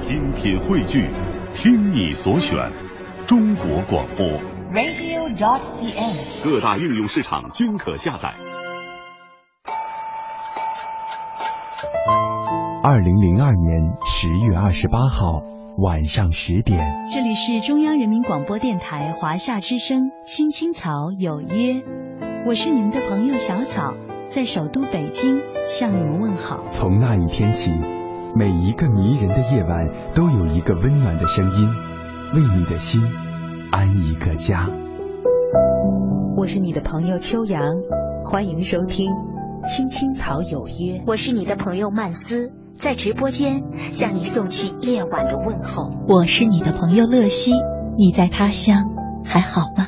精品汇聚，听你所选，中国广播 radio.cn 各大应用市场均可下载。 2002年10月28号晚上10点， 这里是中央人民广播电台华夏之声青青草有约，我是你们的朋友小草，在首都北京向你们问好。 从那一天起，每一个迷人的夜晚都有一个温暖的声音，为你的心安一个家。 我是你的朋友秋阳，欢迎收听青青草有约。 我是你的朋友曼斯，在直播间向你送去夜晚的问候。 我是你的朋友乐西，你在他乡还好吗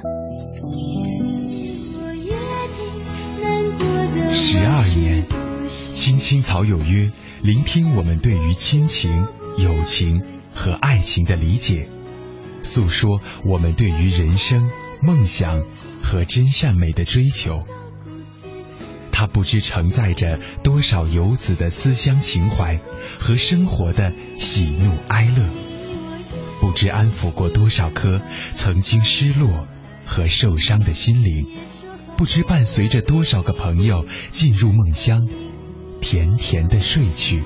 ？12年，青青草有约，聆听我们对于亲情、友情和爱情的理解，诉说我们对于人生、梦想和真善美的追求。它不知承载着多少游子的思乡情怀和生活的喜怒哀乐，不知安抚过多少颗曾经失落和受伤的心灵，不知伴随着多少个朋友进入梦乡，甜甜的睡去。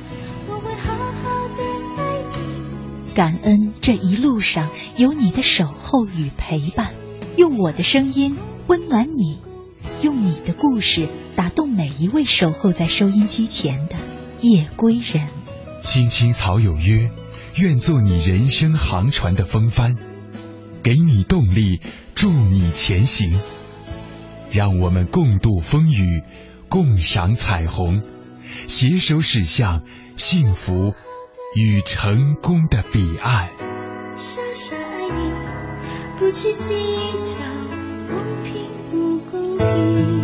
感恩这一路上有你的守候与陪伴，用我的声音温暖你，用你的故事打动每一位守候在收音机前的夜归人。 青青草有约，愿做你人生航船的风帆，给你动力，助你前行。让我们共度风雨，共赏彩虹，携手驶向幸福与成功的彼岸。 傻傻爱你，不去计较公平不公平。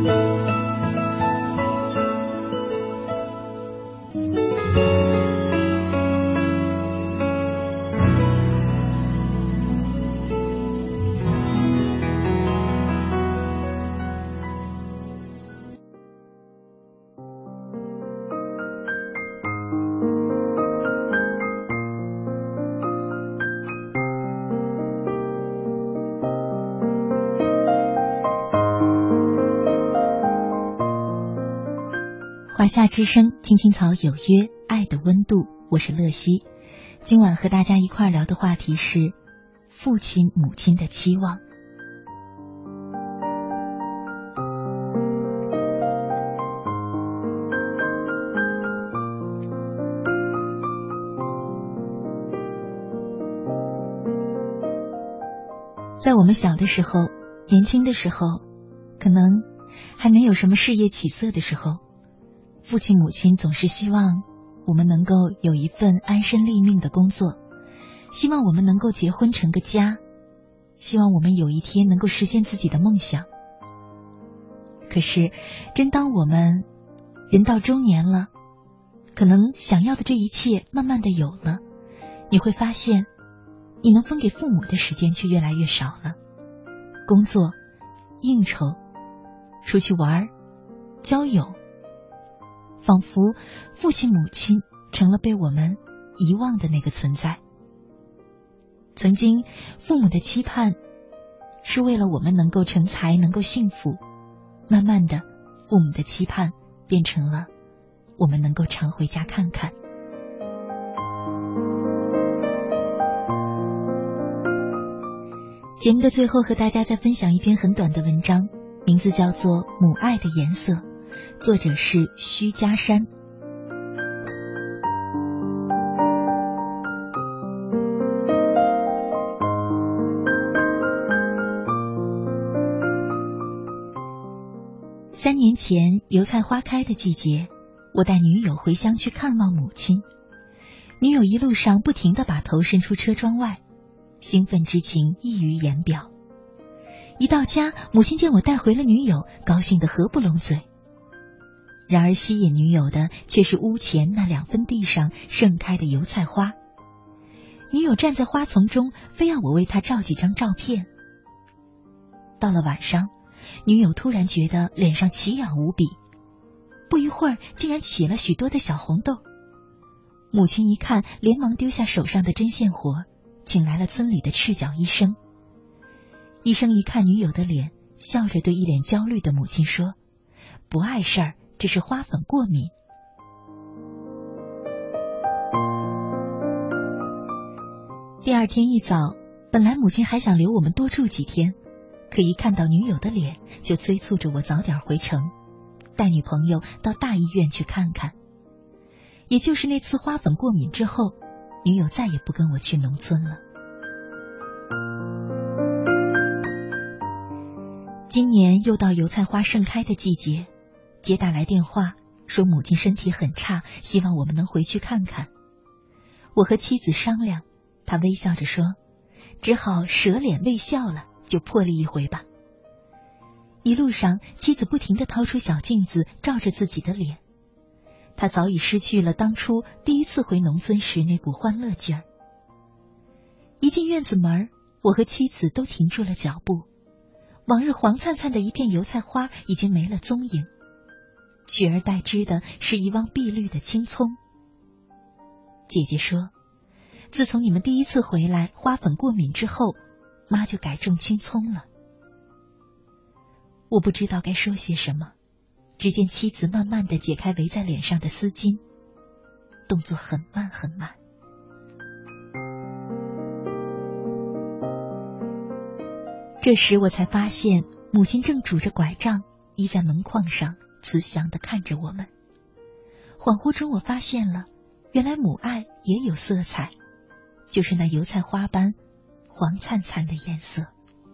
华夏之声青青草有约，爱的温度，我是乐西。今晚和大家一块聊的话题是父亲母亲的期望。在我们小的时候，年轻的时候，可能还没有什么事业起色的时候，父亲母亲总是希望我们能够有一份安身立命的工作，希望我们能够结婚成个家，希望我们有一天能够实现自己的梦想。可是真当我们人到中年了，可能想要的这一切慢慢的有了，你会发现你能分给父母的时间却越来越少了。工作、应酬、出去玩、交友，仿佛父亲母亲成了被我们遗忘的那个存在。曾经父母的期盼是为了我们能够成才，能够幸福，慢慢的父母的期盼变成了我们能够常回家看看。节目的最后和大家再分享一篇很短的文章，名字叫做《母爱的颜色》，作者是虚家山。3年前油菜花开的季节，我带女友回乡去看望母亲。女友一路上不停地把头伸出车窗外，兴奋之情溢于言表。一到家，母亲见我带回了女友，高兴得合不拢嘴。然而吸引女友的却是屋前那2分地上盛开的油菜花。女友站在花丛中，非要我为她照几张照片。到了晚上，女友突然觉得脸上奇痒无比，不一会儿竟然起了许多的小红痘。 母亲一看，连忙丢下手上的针线活，请来了村里的赤脚医生。医生一看女友的脸，笑着对一脸焦虑的母亲说：“不碍事儿，这是花粉过敏。”第二天一早，本来母亲还想留我们多住几天，可一看到女友的脸，就催促着我早点回城，带女朋友到大医院去看看。也就是那次花粉过敏之后，女友再也不跟我去农村了。今年又到油菜花盛开的季节，接打来电话说母亲身体很差，希望我们能回去看看。我和妻子商量，他微笑着说，只好舍脸微笑了，就破例一回吧。一路上，妻子不停地掏出小镜子照着自己的脸，她早已失去了当初第一次回农村时那股欢乐劲儿。一进院子门，我和妻子都停住了脚步，往日黄灿灿的一片油菜花已经没了踪影，取而代之的是一汪碧绿的青葱。姐姐说，自从你们第一次回来花粉过敏之后，妈就改种青葱了。我不知道该说些什么，只见妻子慢慢地解开围在脸上的丝巾，动作很慢很慢。这时我才发现，母亲正拄着拐杖依在门框上，慈祥地看着我们。恍惚中我发现了，原来母爱也有色彩，就是那油菜花般黄灿灿的颜色。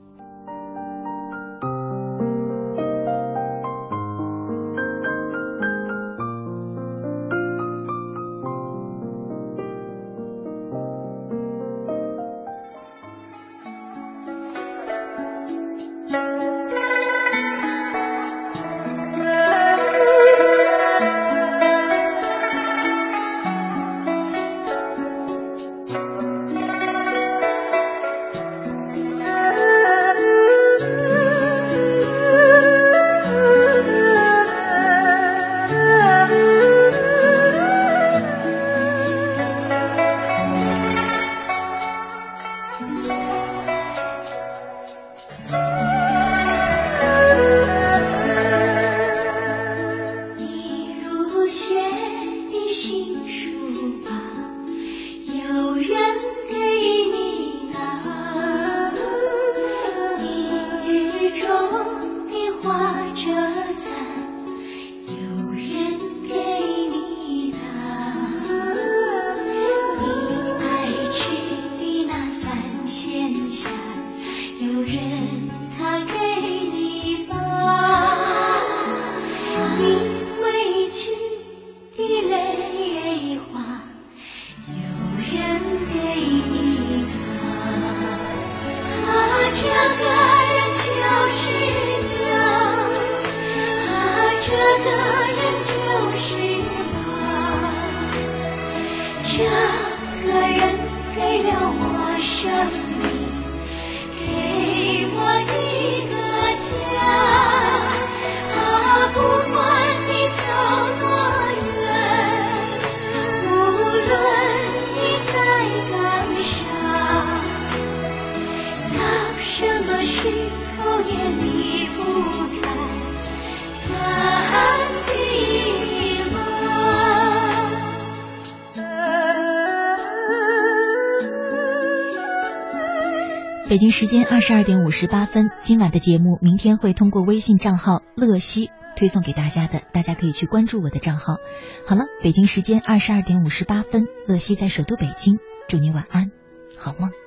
北京时间22点58分，今晚的节目明天会通过微信账号乐西推送给大家的，大家可以去关注我的账号。好了，北京时间22点58分，乐西在首都北京，祝你晚安，好梦。